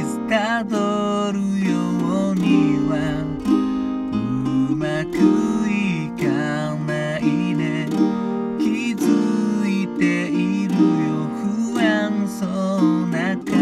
ずたどるようにはうまくいかないね。気づいているよ不安そうな顔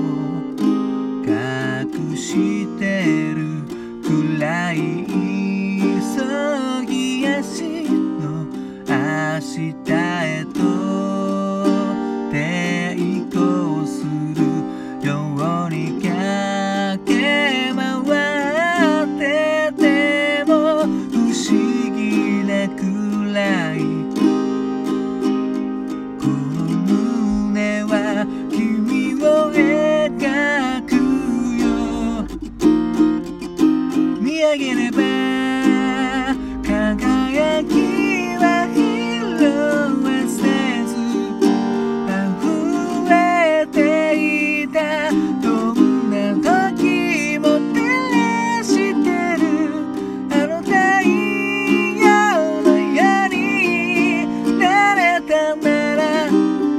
隠してるくらい急ぎ足の明日へと抵抗するように駆け回ってても不思議なくらいこの胸は君を描くよ。見上げれば輝きは色褪せず溢れていた。どんな時も照らしてるあの太陽のようになれたなら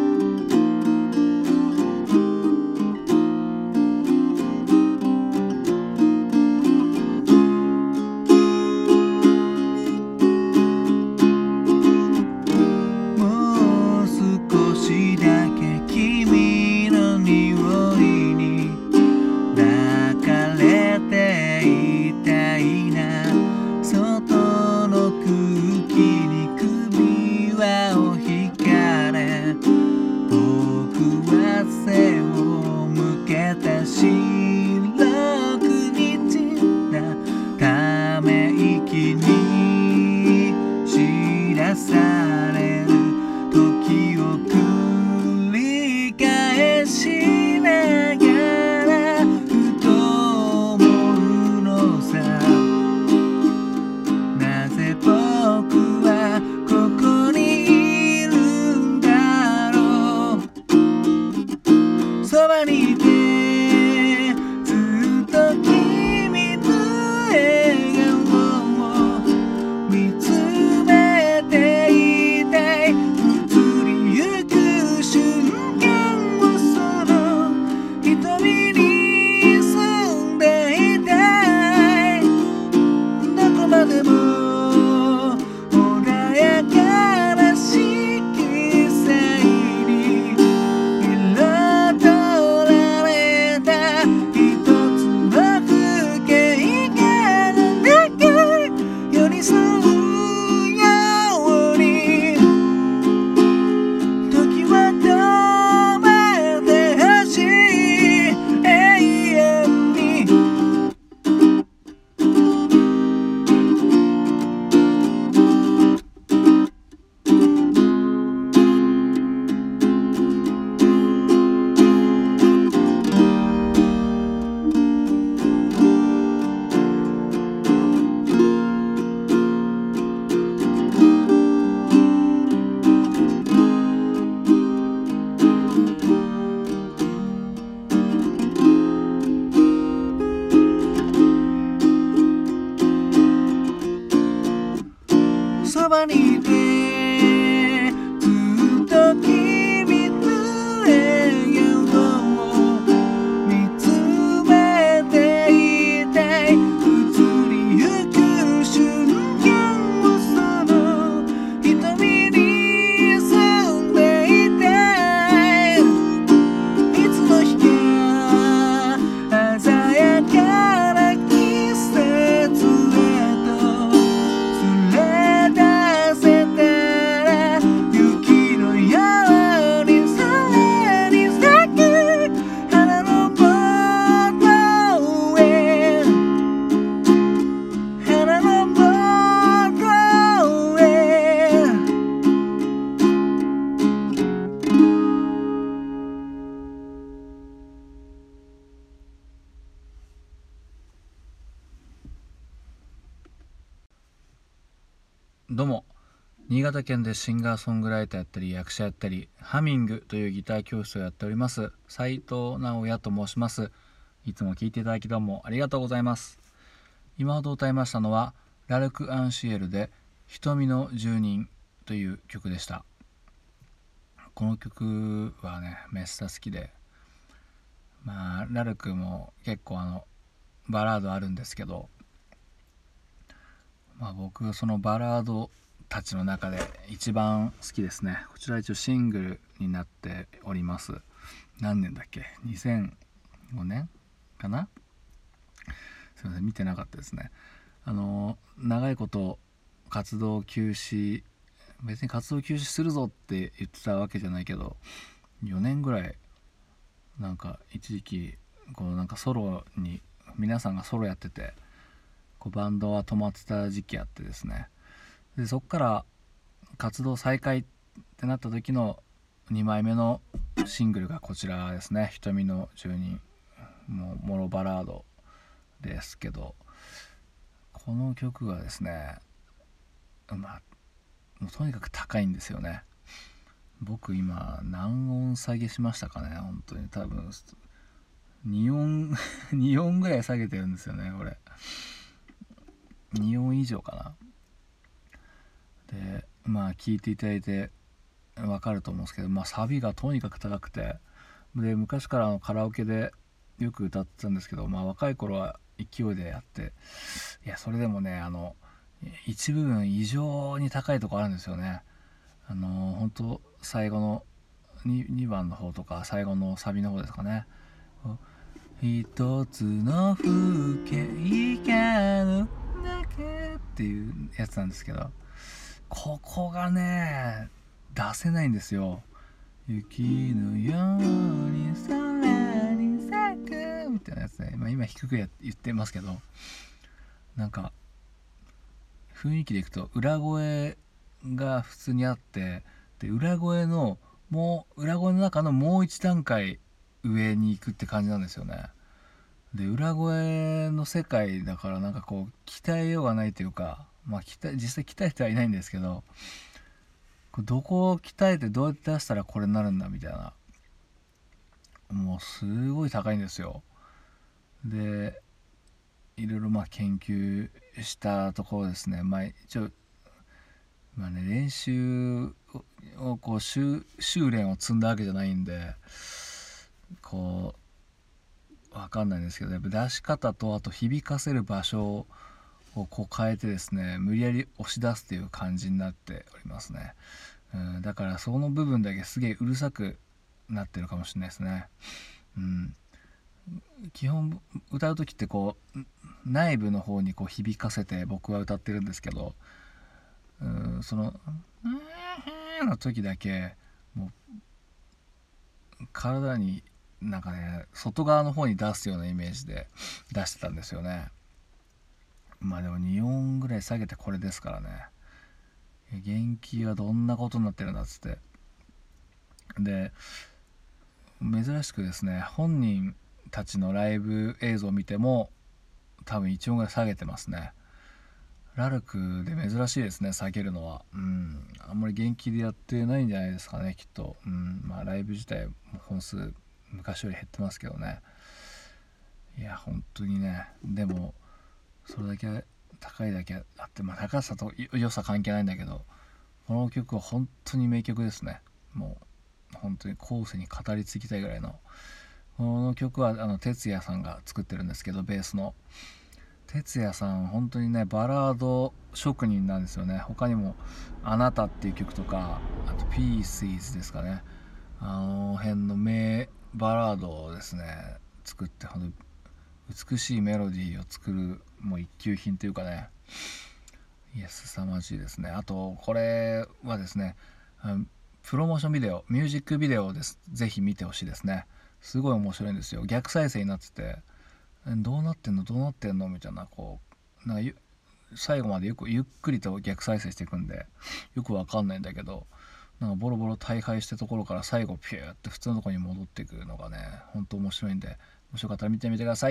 もう少しだけ君の匂いに抱かれていたいな。外の空気に首輪を引かれ僕は背を向けた白くにじんだため息に知らされる時を繰り返しながらふと思うのさ。なぜ僕はここにいるんだろう。そばにいてずっと君の笑顔を見つめていたい。移りゆく瞬間をその瞳に住んでいたい。どこまでも穏やかな色彩に彩られた一つの風景が長い寄り添うように時は止めてほしい永遠に。そばにいてずっと君の笑顔を見つめていたい。移りゆく瞬間をその瞳に住んでいたい。いつの日か鮮やかな季節へと連れ出せたら雪のように空に咲く花のもとへ花のもとへ。どうも、新潟県でシンガーソングライターやったり役者やったりハミングというギター教室をやっております斉藤直也と申します。いつも聴いていただきどうもありがとうございます。今ほど歌いましたのはラルク・アンシエルで瞳の住人という曲でした。この曲はねめっさ好きで、 ラルクも結構バラードあるんですけど、僕そのバラードたちの中で一番好きですね。こちら一応シングルになっております。何年だっけ、2005年かな。すいません、見てなかったですね。長いこと活動休止、別に活動休止するぞって言ってたわけじゃないけど、4年ぐらいなんか一時期こうなんかソロに皆さんがソロやってて、こうバンドは止まってた時期あってですね、でそっから活動再開ってなった時の2枚目のシングルがこちらですね。瞳の住人、もろバラードですけど、この曲がですね、もうとにかく高いんですよね。僕今何音下げしましたかね。本当に多分2音2音ぐらい下げてるんですよね、これ。2音以上かな。で聞いていただいて分かると思うんですけど、サビがとにかく高くて、で昔からカラオケでよく歌ってたんですけど、若い頃は勢いでやって、いやそれでもね、一部分異常に高いとこあるんですよね。本当最後の 2番の方とか最後のサビの方ですかね。一つの風景がだけっていうやつなんですけど、ここがね出せないんですよ。雪のように空に咲くみたいなやつね。今低く言ってますけど、なんか雰囲気でいくと裏声が普通にあって、で裏声の中のもう一段階上に行くって感じなんですよね。で裏声の世界だからなんかこう鍛えようがないというか、実際鍛えてはいないんですけど、どこを鍛えてどうやって出したらこれになるんだみたいな、もうすごい高いんですよ。でいろいろ研究したところですね、一応練習をこう修練を積んだわけじゃないんでこう分かんないんですけど、やっぱ出し方とあと響かせる場所をこう変えてですね、無理やり押し出すっていう感じになっておりますね。だからその部分だけすげえうるさくなってるかもしれないですね。基本歌う時ってこう内部の方にこう響かせて僕は歌ってるんですけど、そのの時だけもう体になんかね外側の方に出すようなイメージで出してたんですよね。でも2音ぐらい下げてこれですからね。元気はどんなことになってるんだっつって。で珍しくですね、本人たちのライブ映像を見ても多分1音ぐらい下げてますね。ラルクで珍しいですね、下げるのは。あんまり元気でやってないんじゃないですかね、きっと。ライブ自体も本数昔より減ってますけどね。いや本当にね、でもそれだけ高いだけあって、高さと良さ関係ないんだけど、この曲は本当に名曲ですね。もう本当に後世に語り継ぎたいぐらいの。この曲は哲也さんが作ってるんですけど、ベースの哲也さん本当にねバラード職人なんですよね。他にも「あなた」っていう曲とか、あと「Pieces」ですかね、あの辺の名バラードをですね作って、美しいメロディーを作るもう一級品というかね、いや凄まじいですね。あとこれはですね、プロモーションビデオ、ミュージックビデオです。ぜひ見てほしいですね。すごい面白いんですよ。逆再生になってて、どうなってんのみたいな、こうなんか最後までゆっくりと逆再生していくんでよくわかんないんだけど、なんかボロボロ大敗したところから最後ピューって普通のところに戻っていくのがね、ほんと面白いんで、もしよかったら見てみてください。